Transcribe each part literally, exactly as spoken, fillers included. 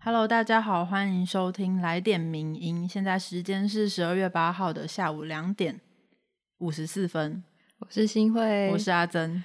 Hello， 大家好，欢迎收听来点名音。现在时间是十二月八号的下午两点五十四分。 我是新慧， 我是阿珍。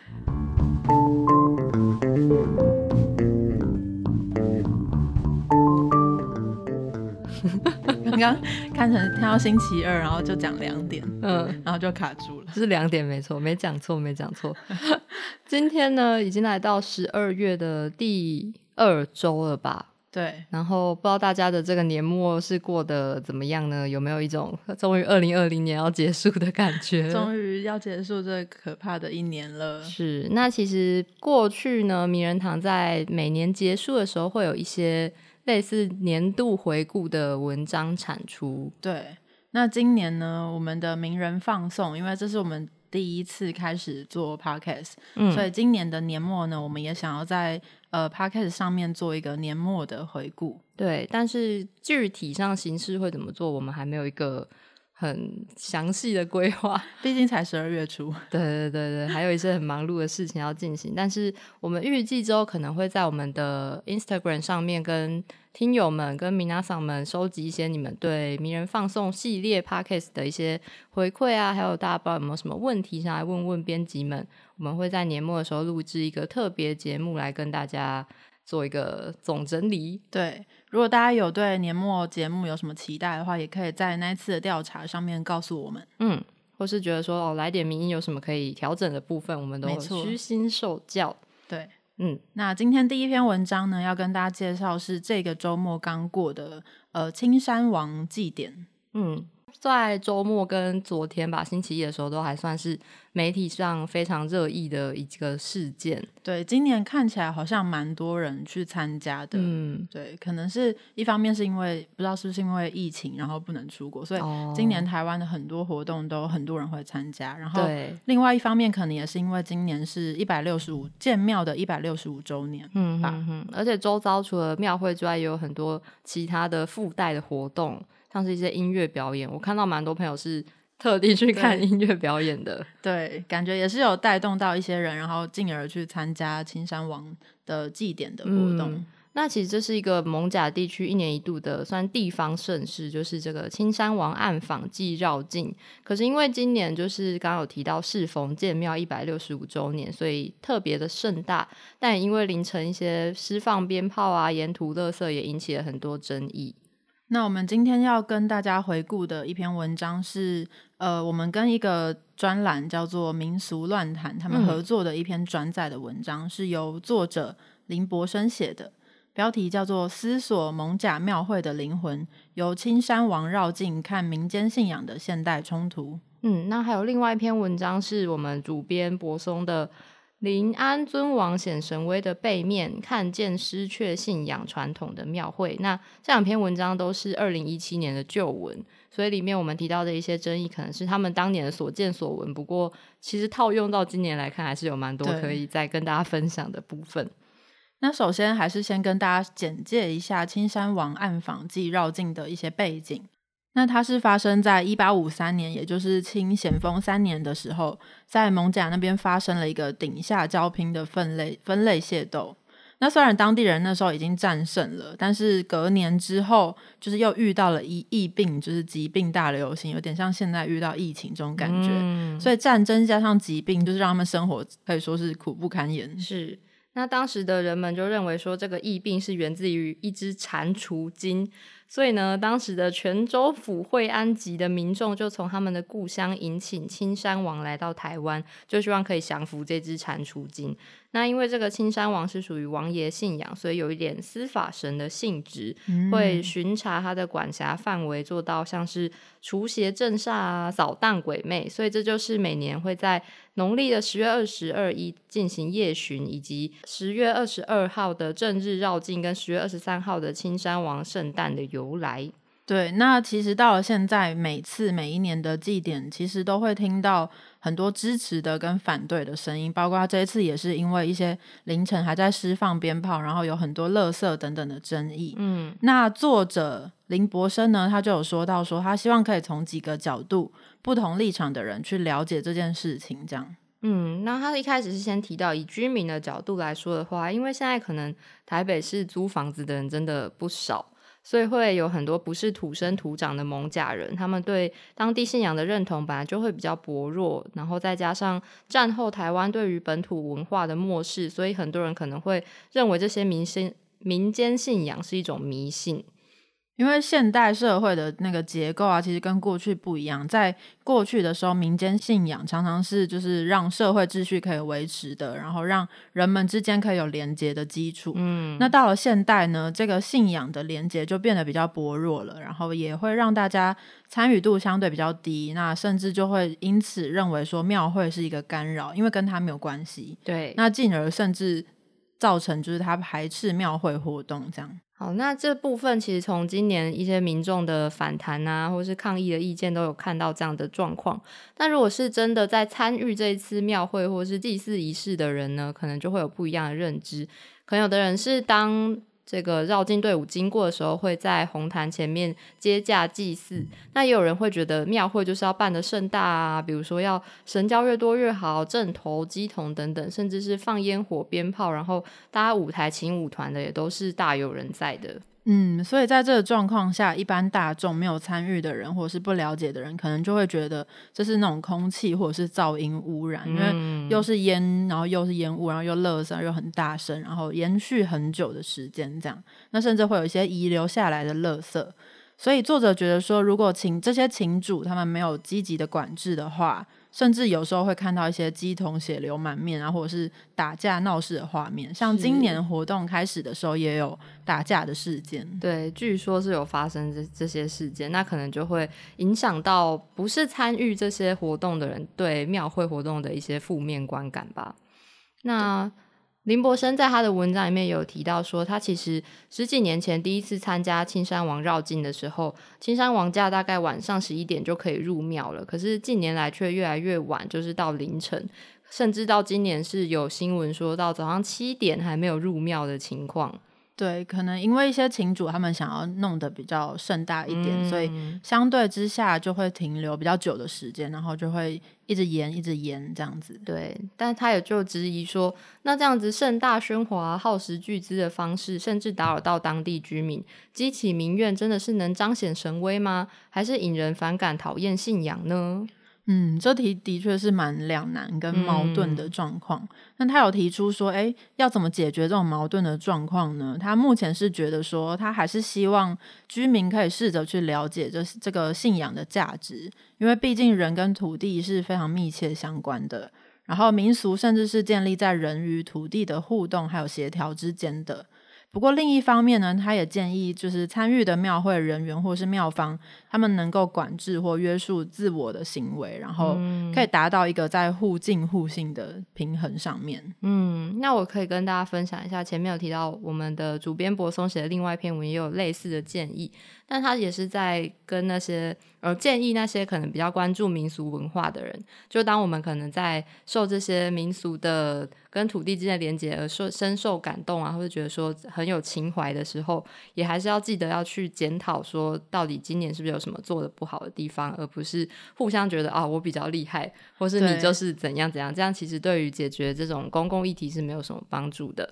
刚刚看成看到星期二，然后就讲两点，嗯，然后就卡住了。 是两点没错，没讲错，没讲错。今天呢，已经来到十二月的第二周了吧？ 对。 然后不知道大家的这个年末是过得怎么样呢？有没有一种终于二零二零年要结束的感觉？ 终于要结束这可怕的一年了。 是。那其实过去呢，名人堂在每年结束的时候会有一些类似年度回顾的文章产出。 对。那今年呢，我们的名人放送，因为这是我们第一次开始做 podcast、嗯、所以今年的年末呢，我们也想要在呃 podcast 上面做一个年末的回顾。 对，但是具体上形式会怎么做，我们还没有一个很详细的规划， 毕竟才十二月初。 对对对对，还有一些很忙碌的事情要进行。但是我们预计之后可能会在我们的 Instagram 上面跟听友们跟皆さん们收集一些你们对名人放送系列 Podcast 的一些回馈啊，还有大家不知道有没有什么问题想来问问编辑们，我们会在年末的时候录制一个特别节目来跟大家做一个总整理。 对，如果大家有对年末节目有什么期待的话，也可以在那一次的调查上面告诉我们。 嗯，或是觉得说哦，来点名音有什么可以调整的部分，我们都虚心受教。 对，嗯，那今天第一篇文章呢，要跟大家介绍是这个周末刚过的呃青山王祭典。嗯， 在周末跟昨天吧，星期一的时候都还算是媒体上非常热议的一个事件。 对，今年看起来好像蛮多人去参加的。嗯，对，可能是一方面是因为不知道是不是因为疫情然后不能出国，所以今年台湾的很多活动都很多人会参加。然后另外一方面可能也是因为今年是一百六十五建庙的一百六十五周年。 嗯嗯嗯，而且周遭除了庙会之外也有很多其他的附带的活动，像是一些音乐表演，我看到蛮多朋友是特地去看音乐表演的。 对, 对，感觉也是有带动到一些人，然后进而去参加青山王的祭典的活动。 嗯，那其实这是一个艋舺地区一年一度的算地方盛事，就是这个青山王暗访祭绕境。可是因为今年就是刚刚有提到适逢建庙一百六十五周年，所以特别的盛大，但也因为凌晨一些施放鞭炮啊，沿途垃圾也引起了很多争议。 那我们今天要跟大家回顾的一篇文章是呃，我们跟一个专栏叫做民俗乱谈他们合作的一篇转载的文章、嗯、是由作者林博生写的，标题叫做思索艋舺庙会的灵魂，由青山王绕境看民间信仰的现代冲突。 嗯，那还有另外一篇文章是我们主编柏松的临安尊王显神威的背面，看见失却信仰传统的庙会。那这两篇文章都是二零一七年的旧文，所以里面我们提到的一些争议可能是他们当年的所见所闻，不过其实套用到今年来看还是有蛮多可以再跟大家分享的部分。 那首先还是先跟大家简介一下青山王暗访祭绕境的一些背景。那它是发生在一八五三年，也就是清咸丰三年的时候，在艋舺那边发生了一个顶下交拼的分类分类械斗。那虽然当地人那时候已经战胜了，但是隔年之后就是又遇到了疫病，就是疾病大流行，有点像现在遇到疫情这种感觉、嗯、所以战争加上疾病就是让他们生活可以说是苦不堪言。 是，那当时的人们就认为说这个疫病是源自于一只蟾蜍精，所以呢当时的泉州府惠安籍的民众就从他们的故乡迎请青山王来到台湾，就希望可以降服这只蟾蜍精。那因为这个青山王是属于王爷信仰，所以有一点司法神的性质、嗯、会巡查他的管辖范围，做到像是除邪镇煞啊、扫荡鬼魅，所以这就是每年会在农历的十月二十二日进行夜巡，以及十月二十二号的正日绕境跟十月二十三号的青山王圣诞的由来。 对，那其实到了现在每次每一年的祭典其实都会听到很多支持的跟反对的声音，包括这一次也是因为一些凌晨还在释放鞭炮，然后有很多垃圾等等的争议。嗯，那作者林博生呢，他就有说到说他希望可以从几个角度不同立场的人去了解这件事情这样。 嗯，那他一开始是先提到以居民的角度来说的话，因为现在可能台北市租房子的人真的不少，所以会有很多不是土生土长的艋舺人，他们对当地信仰的认同本来就会比较薄弱，然后再加上战后台湾对于本土文化的漠视，所以很多人可能会认为这些民信民间信仰是一种迷信。 因为现代社会的那个结构啊，其实跟过去不一样。在过去的时候，民间信仰常常是就是让社会秩序可以维持的，然后让人们之间可以有连结的基础。嗯，那到了现代呢，这个信仰的连结就变得比较薄弱了，然后也会让大家参与度相对比较低，那甚至就会因此认为说庙会是一个干扰，因为跟他没有关系。 对， 那进而甚至造成就是他排斥庙会活动这样。 好，那这部分其实从今年一些民众的反弹啊，或是抗议的意见都有看到这样的状况。但如果是真的在参与这一次庙会或是祭祀仪式的人呢，可能就会有不一样的认知。可能有的人是当这个绕境队伍经过的时候会在红坛前面接驾祭祀，那也有人会觉得庙会就是要办得盛大啊，比如说要神教越多越好，阵头鸡童等等，甚至是放烟火鞭炮，然后大家舞台请舞团的也都是大有人在的。 嗯，所以在这个状况下，一般大众没有参与的人或者是不了解的人，可能就会觉得这是那种空气或者是噪音污染，因为又是烟，然后又是烟雾，然后又垃圾又很大声，然后延续很久的时间这样，那甚至会有一些遗留下来的垃圾。所以作者觉得说，如果请这些请主他们没有积极的管制的话，甚至有时候会看到一些鸡童血流满面啊，或者是打架闹事的画面。像今年活动开始的时候也有打架的事件， 对，据说是有发生 这, 这些事件，那可能就会影响到不是参与这些活动的人对庙会活动的一些负面观感吧。那林柏生在他的文章里面有提到说，他其实十几年前第一次参加青山王绕境的时候，青山王驾大概晚上十一点就可以入庙了，可是近年来却越来越晚，就是到凌晨，甚至到今年是有新闻说到早上七点还没有入庙的情况。 对，可能因为一些请主他们想要弄得比较盛大一点、嗯、所以相对之下就会停留比较久的时间，然后就会一直延一直延这样子。 对，但他也就质疑说，那这样子盛大喧哗耗时巨资的方式，甚至打扰到当地居民，激起民怨，真的是能彰显神威吗？还是引人反感讨厌信仰呢？ 嗯，这题的确是蛮两难跟矛盾的状况、嗯、那他有提出说诶要怎么解决这种矛盾的状况呢？他目前是觉得说他还是希望居民可以试着去了解这这个信仰的价值，因为毕竟人跟土地是非常密切相关的，然后民俗甚至是建立在人与土地的互动还有协调之间的。不过另一方面呢，他也建议就是参与的庙会人员或是庙方，他们能够管制或约束自我的行为，然后可以达到一个在互敬互信的平衡上面。 嗯，那我可以跟大家分享一下，前面有提到我们的主编柏松写的另外一篇文也有类似的建议，但他也是在跟那些呃建议那些可能比较关注民俗文化的人，就当我们可能在受这些民俗的跟土地之间的连结而受深受感动啊，或者觉得说很有情怀的时候，也还是要记得要去检讨说到底今年是不是有什么做的不好的地方，而不是互相觉得啊我比较厉害，或是你就是怎样怎样，这样其实对于解决这种公共议题是没有什么帮助的。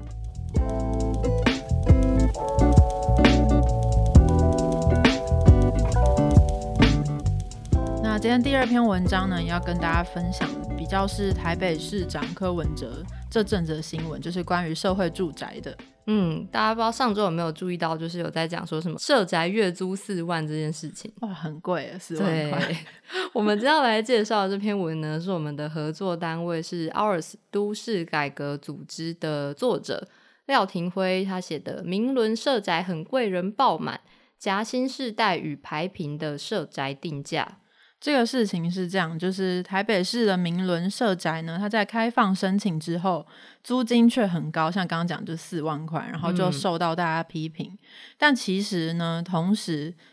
那今天第二篇文章呢，也要跟大家分享比较是台北市长柯文哲这阵子的新闻，就是关于社会住宅的。 嗯，大家不知道上周有没有注意到，就是有在讲说什么社宅月租四万这件事情。 哇，很贵耶，四万块。 我们今天要来介绍的这篇文呢，是我们的合作单位是 Ours 都市改革组织的作者廖廷辉，他写的《明伦社宅很贵人爆满，夹新世代与排平的社宅定价》。 这个事情是这样，就是台北市的明伦社宅呢，它在开放申请之后，租金却很高，像刚刚讲就四万块，然后就受到大家批评、嗯、但其实呢，同时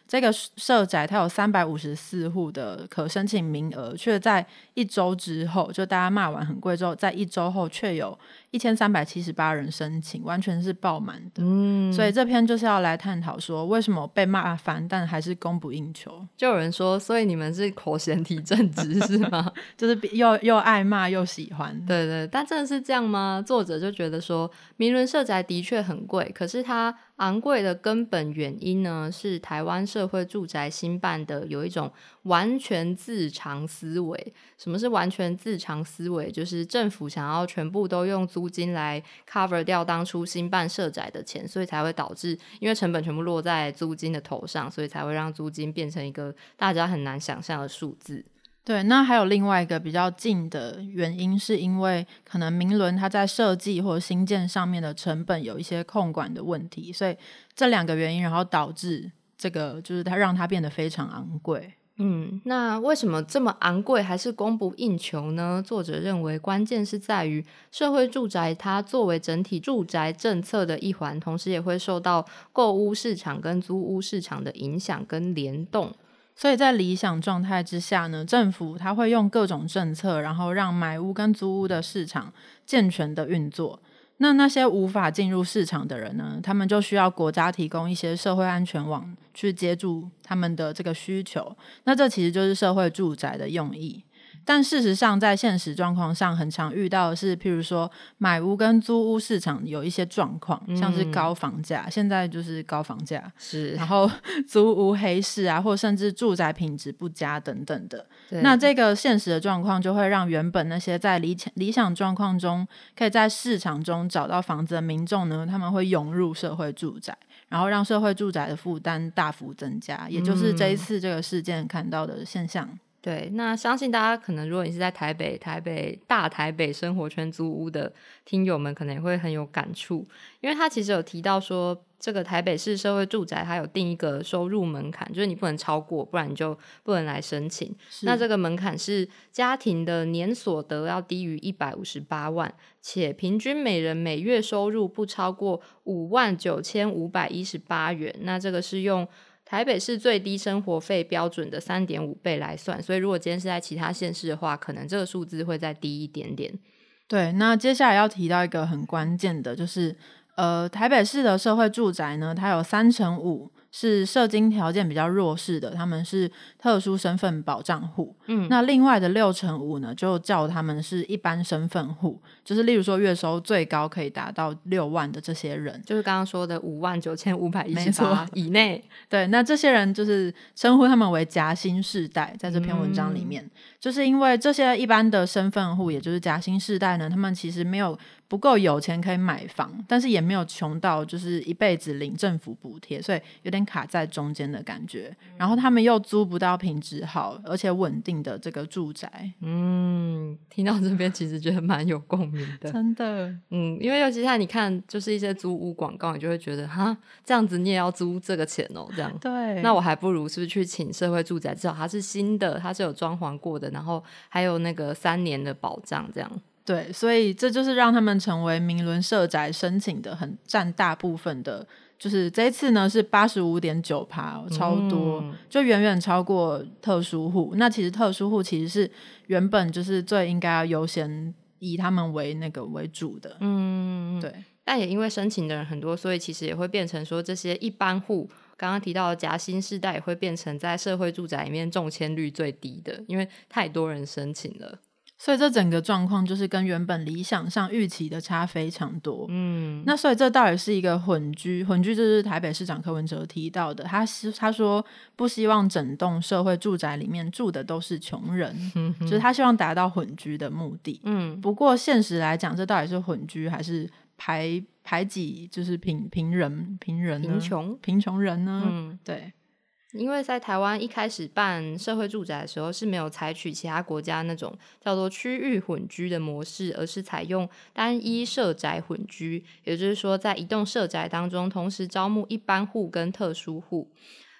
这个社宅它有三百五十四户的可申请名额，却在一周之后，就大家骂完很贵之后，在一周后却有一千三百七十八人申请，完全是爆满的。嗯，所以这篇就是要来探讨说，为什么被骂翻，但还是供不应求。 就有人说，所以你们是口嫌体正直是吗？ 就是又又爱骂又喜欢。 对对，但真的是这样吗？作者就觉得说，明伦社宅的确很贵，可是它昂贵的根本原因呢，是台湾社会住宅兴办的有一种完全自偿思维。什么是完全自偿思维？就是政府想要全部都用租金来 cover 掉当初兴办社宅的钱，所以才会导致因为成本全部落在租金的头上，所以才会让租金变成一个大家很难想象的数字。 对，那还有另外一个比较近的原因，是因为可能明伦它在设计或新建上面的成本有一些控管的问题，所以这两个原因然后导致这个就是它让它变得非常昂贵。 嗯，那为什么这么昂贵还是供不应求呢？作者认为关键是在于社会住宅它作为整体住宅政策的一环，同时也会受到购屋市场跟租屋市场的影响跟联动。 所以在理想状态之下呢，政府它会用各种政策，然后让买屋跟租屋的市场健全的运作。那那些无法进入市场的人呢，他们就需要国家提供一些社会安全网去接住他们的这个需求。那这其实就是社会住宅的用意。但事实上在现实状况上很常遇到的是，譬如说买屋跟租屋市场有一些状况，像是高房价、嗯、现在就是高房价是， 然后租屋黑市啊，或甚至住宅品质不佳等等的。那这个现实的状况就会让原本那些在理理想状况中可以在市场中找到房子的民众呢，他们会涌入社会住宅，然后让社会住宅的负担大幅增加，也就是这一次这个事件看到的现象。 对，那相信大家可能如果你是在台北台北大台北生活圈租屋的听友们可能也会很有感触，因为他其实有提到说这个台北市社会住宅它有定一个收入门槛，就是你不能超过，不然你就不能来申请。那这个门槛是家庭的年所得要低于一百五十八万，且平均每人每月收入不超过五万九千五百一十八元，那这个是用台北市最低生活费标准的 三点五 倍来算，所以如果今天是在其他县市的话，可能这个数字会再低一点点。 对，那接下来要提到一个很关键的，就是呃，台北市的社会住宅呢，它有三成五是社经条件比较弱势的，他们是特殊身份保障户。嗯，那另外的六成五呢，就叫他们是一般身份户，就是例如说月收最高可以达到六万的这些人， 就是刚刚说的五万九千五百一十八以内。 对，那这些人就是称呼他们为夹心世代，在这篇文章里面、嗯、就是因为这些一般的身份户，也就是夹心世代呢，他们其实没有不够有钱可以买房，但是也没有穷到就是一辈子领政府补贴，所以有点卡在中间的感觉。然后他们又租不到品质好而且稳定的这个住宅。 嗯，听到这边其实觉得蛮有共鸣的， 真的。 嗯，因为尤其是你看就是一些租屋广告，你就会觉得哈，这样子你也要租这个钱哦，这样。 对， 那我还不如是不是去请社会住宅，至少它是新的，它是有装潢过的，然后还有那个三年的保障这样。 对，所以这就是让他们成为明伦社宅申请的很占大部分的，就是这一次呢是 百分之八十五点九、哦、超多、嗯、就远远超过特殊户。那其实特殊户其实是原本就是最应该要优先以他们为那个为主的。嗯，对。 但也因为申请的人很多，所以其实也会变成说这些一般户刚刚提到的夹心世代也会变成在社会住宅里面中签率最低的，因为太多人申请了。 所以这整个状况就是跟原本理想上预期的差非常多。嗯，那所以这到底是一个混居，混居就是台北市长柯文哲提到的，他他说不希望整栋社会住宅里面住的都是穷人，嗯、就是他希望达到混居的目的。嗯，不过现实来讲，这到底是混居还是排排挤，就是贫贫人贫人呢？ 贫穷贫穷人呢？嗯，对。 因为在台湾一开始办社会住宅的时候是没有采取其他国家那种叫做区域混居的模式，而是采用单一社宅混居，也就是说在一栋社宅当中同时招募一般户跟特殊户。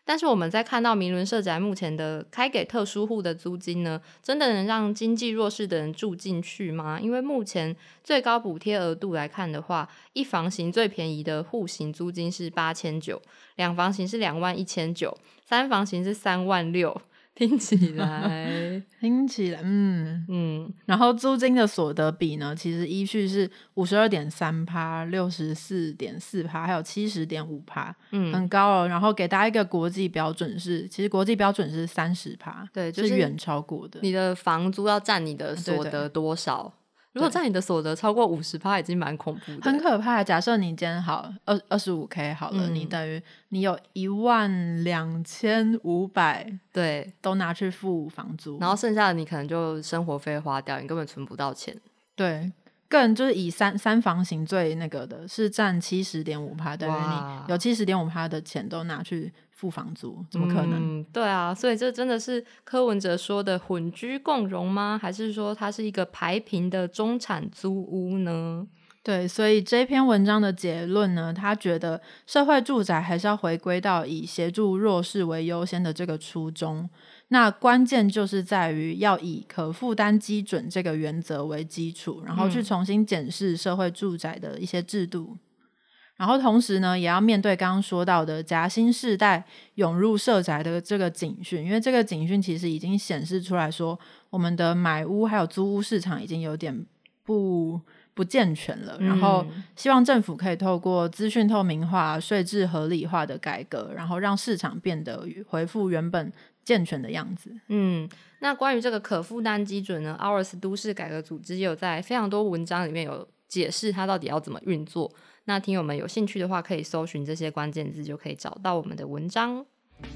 但是我们在看到明伦社宅目前的开给特殊户的租金呢，真的能让经济弱势的人住进去吗？因为目前最高补贴额度来看的话，一房型最便宜的户型租金是八千九，两房型是两万一千九，三房型是三万六。听起来听起来嗯嗯， 然后租金的所得比呢，其实依序是 五十二点三趴、六十四点四趴还有 七十点五趴， 嗯很高哦。然后给大家一个国际标准是，其实国际标准是三十趴， 对，就是是远超过的。 你的房租要占你的所对得多少？如果占你的所得超过 百分之五十， 已经蛮恐怖的， 很可怕。假设你今天好二十五 K 好了、 嗯、 你等于你有一万两千五百， 对， 都拿去付房租， 然后剩下的你可能就生活费花掉，你根本存不到钱。 对，更就是以三三房型最那个的是占 七十点五趴，等于你有 七十点五趴的钱都拿去付房租，怎么可能、 嗯、对啊，所以这真的是柯文哲说的混居共荣吗？还是说它是一个排平的中产租屋呢？ 对，所以这篇文章的结论呢，他觉得社会住宅还是要回归到以协助弱势为优先的这个初衷，那关键就是在于要以可负担基准这个原则为基础，然后去重新检视社会住宅的一些制度、嗯、然后同时呢也要面对刚刚说到的夹心世代涌入社宅的这个警讯，因为这个警讯其实已经显示出来说我们的买屋还有租屋市场已经有点不不健全了，然后希望政府可以透过资讯透明化、税制合理化的改革，然后让市场变得恢复原本健全的样子。 嗯，那关于这个可负担基准呢 ，Ours 都市改革组织也有在非常多文章里面有解释它到底要怎么运作，那听友们有兴趣的话可以搜寻这些关键字就可以找到我们的文章。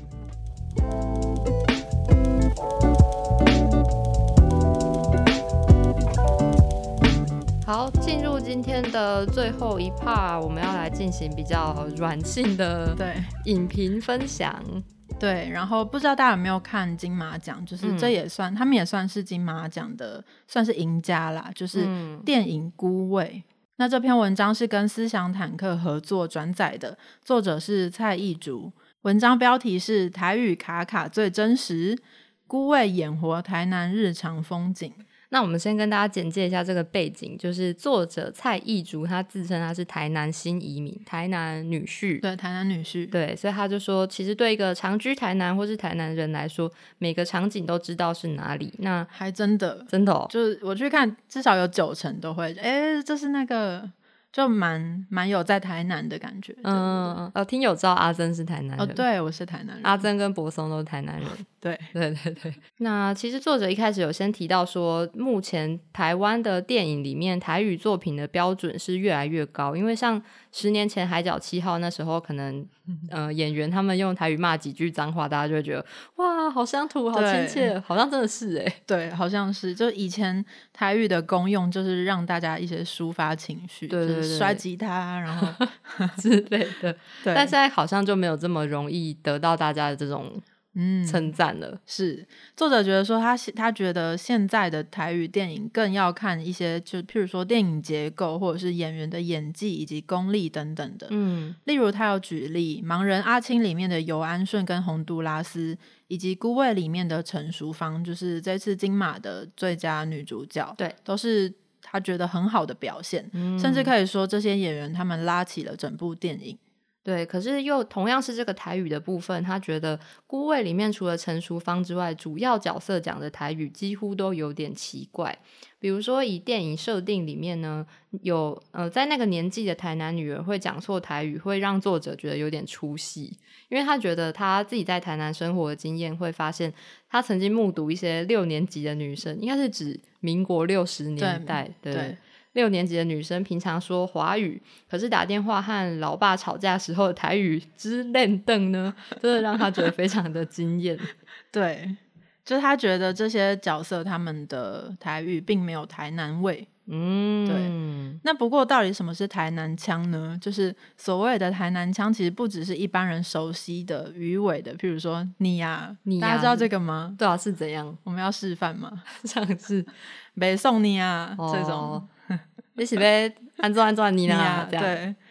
好，进入今天的最后一 part， 我们要来进行比较软性的影评分享。 对，然后不知道大家有没有看金马奖，就是这也算、嗯、他们也算是金马奖的算是赢家啦，就是电影《孤味》、嗯、那这篇文章是跟思想坦克合作转载的，作者是蔡义竹，文章标题是台语卡卡最真实，孤味演活台南日常风景。 那我们先跟大家简介一下这个背景，就是作者蔡义竹他自称他是台南新移民，台南女婿， 对，台南女婿， 对，所以他就说其实对一个常居台南或是台南人来说，每个场景都知道是哪里。那还真的真的哦， 就是我去看至少有九成都会哎，这是那个就蛮蛮有在台南的感觉。 嗯，哦，听友知道阿珍是台南人。 哦，对，我是台南人。 阿珍跟柏松都是台南人。 对对对对。那其实作者一开始有先提到说，目前台湾的电影里面台语作品的标准是越来越高，因为像十年前海角七号那时候可能、呃、演员他们用台语骂几句脏话，大家就会觉得哇好乡土好亲切，好像真的是耶、欸、 对，好像是，就以前台语的功用就是让大家一些抒发情绪， 对对对， 就是摔吉他然后之类的。但现在好像就没有这么容易得到大家的这种称赞了、嗯、 是作者觉得说他他觉得现在的台语电影更要看一些，就譬如说电影结构或者是演员的演技以及功力等等的。嗯，例如他有举例盲人阿青里面的尤安顺跟洪都拉斯，以及孤味里面的陈淑芳，就是这次金马的最佳女主角， 对， 都是他觉得很好的表现、嗯、甚至可以说这些演员他们拉起了整部电影。 对，可是又同样是这个台语的部分，他觉得孤味里面除了陈淑芳之外，主要角色讲的台语几乎都有点奇怪。比如说以电影设定里面呢，有呃在那个年纪的台南女儿会讲错台语，会让作者觉得有点出戏，因为他觉得他自己在台南生活的经验会发现，他曾经目睹一些六年级的女生，应该是指民国六十年代， 对, 对, 对六年级的女生平常说华语，可是打电话和老爸吵架时候的台语之练邓呢，真的让他觉得非常的惊艳。 对，就是他觉得这些角色他们的台语并没有台南味。嗯，对。那不过到底什么是台南腔呢？就是所谓的台南腔其实不只是一般人熟悉的语尾的，譬如说你呀、啊、大家知道这个吗？ 对啊，是怎样？ 我们要示范吗？ 像是北送你啊、哦、这种你是要安怎安怎你啦、啊、 对，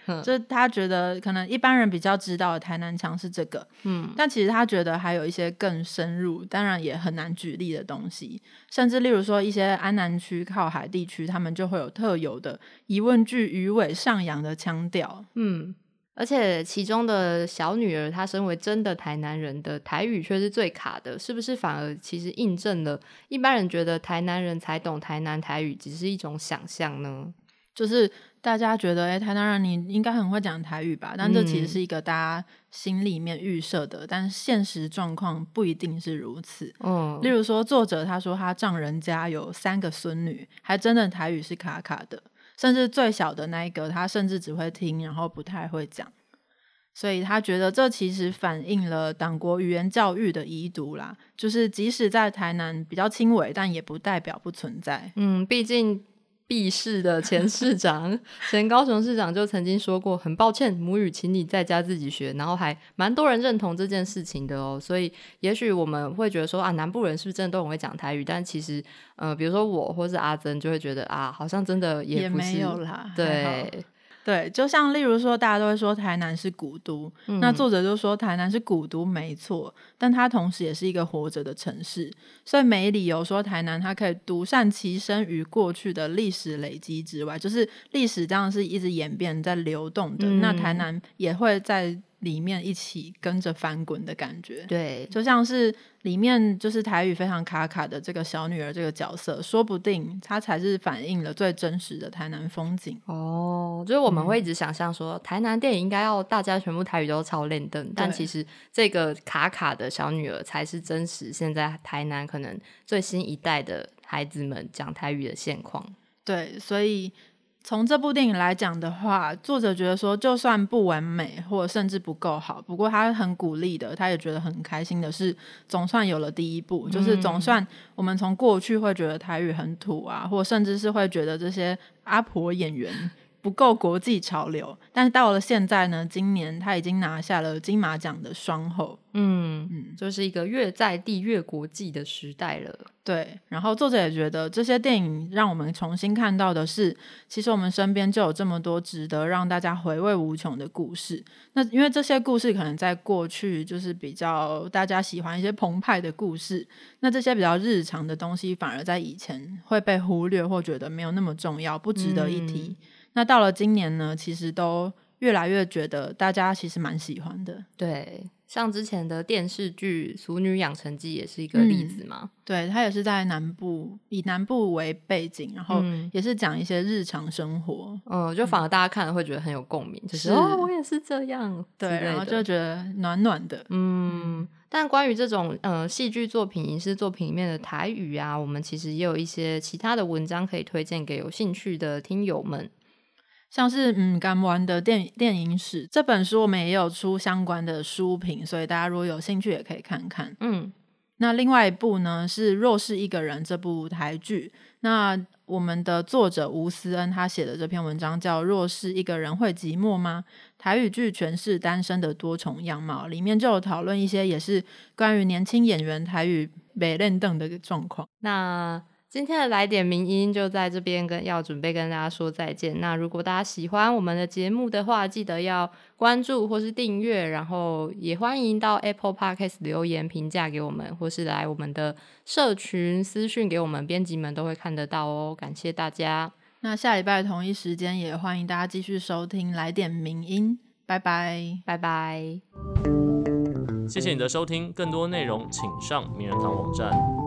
就是他觉得可能一般人比较知道的台南腔是这个，嗯，但其实他觉得还有一些更深入，当然也很难举例的东西，甚至例如说一些安南区靠海地区，他们就会有特有的疑问句鱼尾上扬的腔调， 嗯。而且其中的小女儿她身为真的台南人的台语却是最卡的，是不是反而其实印证了一般人觉得台南人才懂台南台语只是一种想象呢？ 就是大家觉得哎、欸，台南人你应该很会讲台语吧，但这其实是一个大家心里面预设的、嗯、但现实状况不一定是如此、嗯、例如说作者他说他丈人家有三个孙女，还真的台语是卡卡的，甚至最小的那一个他甚至只会听然后不太会讲，所以他觉得这其实反映了党国语言教育的遗毒啦，就是即使在台南比较轻微，但也不代表不存在。 嗯，毕竟毕市的前市长前高雄市长就曾经说过，很抱歉母语请你在家自己学，然后还蛮多人认同这件事情的哦。所以也许我们会觉得说啊，南部人是不是真的都很会讲台语，但其实呃，比如说我或是阿珍就会觉得啊，好像真的也不是， 也没有啦， 对对，就像例如说大家都会说台南是古都、嗯、那作者就说台南是古都没错，但它同时也是一个活着的城市，所以没理由说台南它可以独善其身于过去的历史累积之外，就是历史这样是一直演变在流动的、嗯、那台南也会在里面一起跟着翻滚的感觉。 对， 就像是里面就是台语非常卡卡的这个小女儿这个角色，说不定她才是反映了最真实的台南风景。 哦，就是我们会一直想象说、嗯、台南电影应该要大家全部台语都超练登，但其实这个卡卡的小女儿才是真实现在台南可能最新一代的孩子们讲台语的现况。 对，所以从这部电影来讲的话，作者觉得说就算不完美或者甚至不够好，不过他很鼓励的，他也觉得很开心的是总算有了第一步、嗯、就是总算我们从过去会觉得台语很土啊，或甚至是会觉得这些阿婆演员不够国际潮流，但是到了现在呢，今年他已经拿下了金马奖的双后， 嗯嗯，就是一个越在地越国际的时代了。 对，然后作者也觉得这些电影让我们重新看到的是，其实我们身边就有这么多值得让大家回味无穷的故事。那因为这些故事可能在过去就是比较大家喜欢一些澎湃的故事，那这些比较日常的东西反而在以前会被忽略或觉得没有那么重要，不值得一提、嗯、那到了今年呢，其实都越来越觉得大家其实蛮喜欢的。 对，像之前的电视剧《俗女养成记》也是一个例子嘛、嗯、 对，它也是在南部，以南部为背景，然后也是讲一些日常生活， 嗯，就反而大家看了会觉得很有共鸣、嗯、就是哦，我也是这样， 对，然后就觉得暖暖的。 嗯，但关于这种呃戏剧作品、影视作品里面的台语啊，我们其实也有一些其他的文章可以推荐给有兴趣的听友们， 像是嗯敢玩的电电影史这本书，我们也有出相关的书评，所以大家如果有兴趣也可以看看。嗯，那另外一部呢是《若是一个人》这部台剧，那我们的作者吴思恩他写的这篇文章叫《若是一个人会寂寞吗？台语剧诠释单身的多重样貌》，里面就有讨论一些也是关于年轻演员台语没练邓的状况。 那今天的来点名音就在这边跟要准备跟大家说再见。那如果大家喜欢我们的节目的话，记得要关注或是订阅，然后也欢迎到 Apple Podcast 留言评价给我们，或是来我们的社群私讯给我们，编辑们都会看得到哦。感谢大家。 那下礼拜同一时间也欢迎大家继续收听来点名音，拜拜拜拜。 谢谢你的收听，更多内容请上名人堂网站。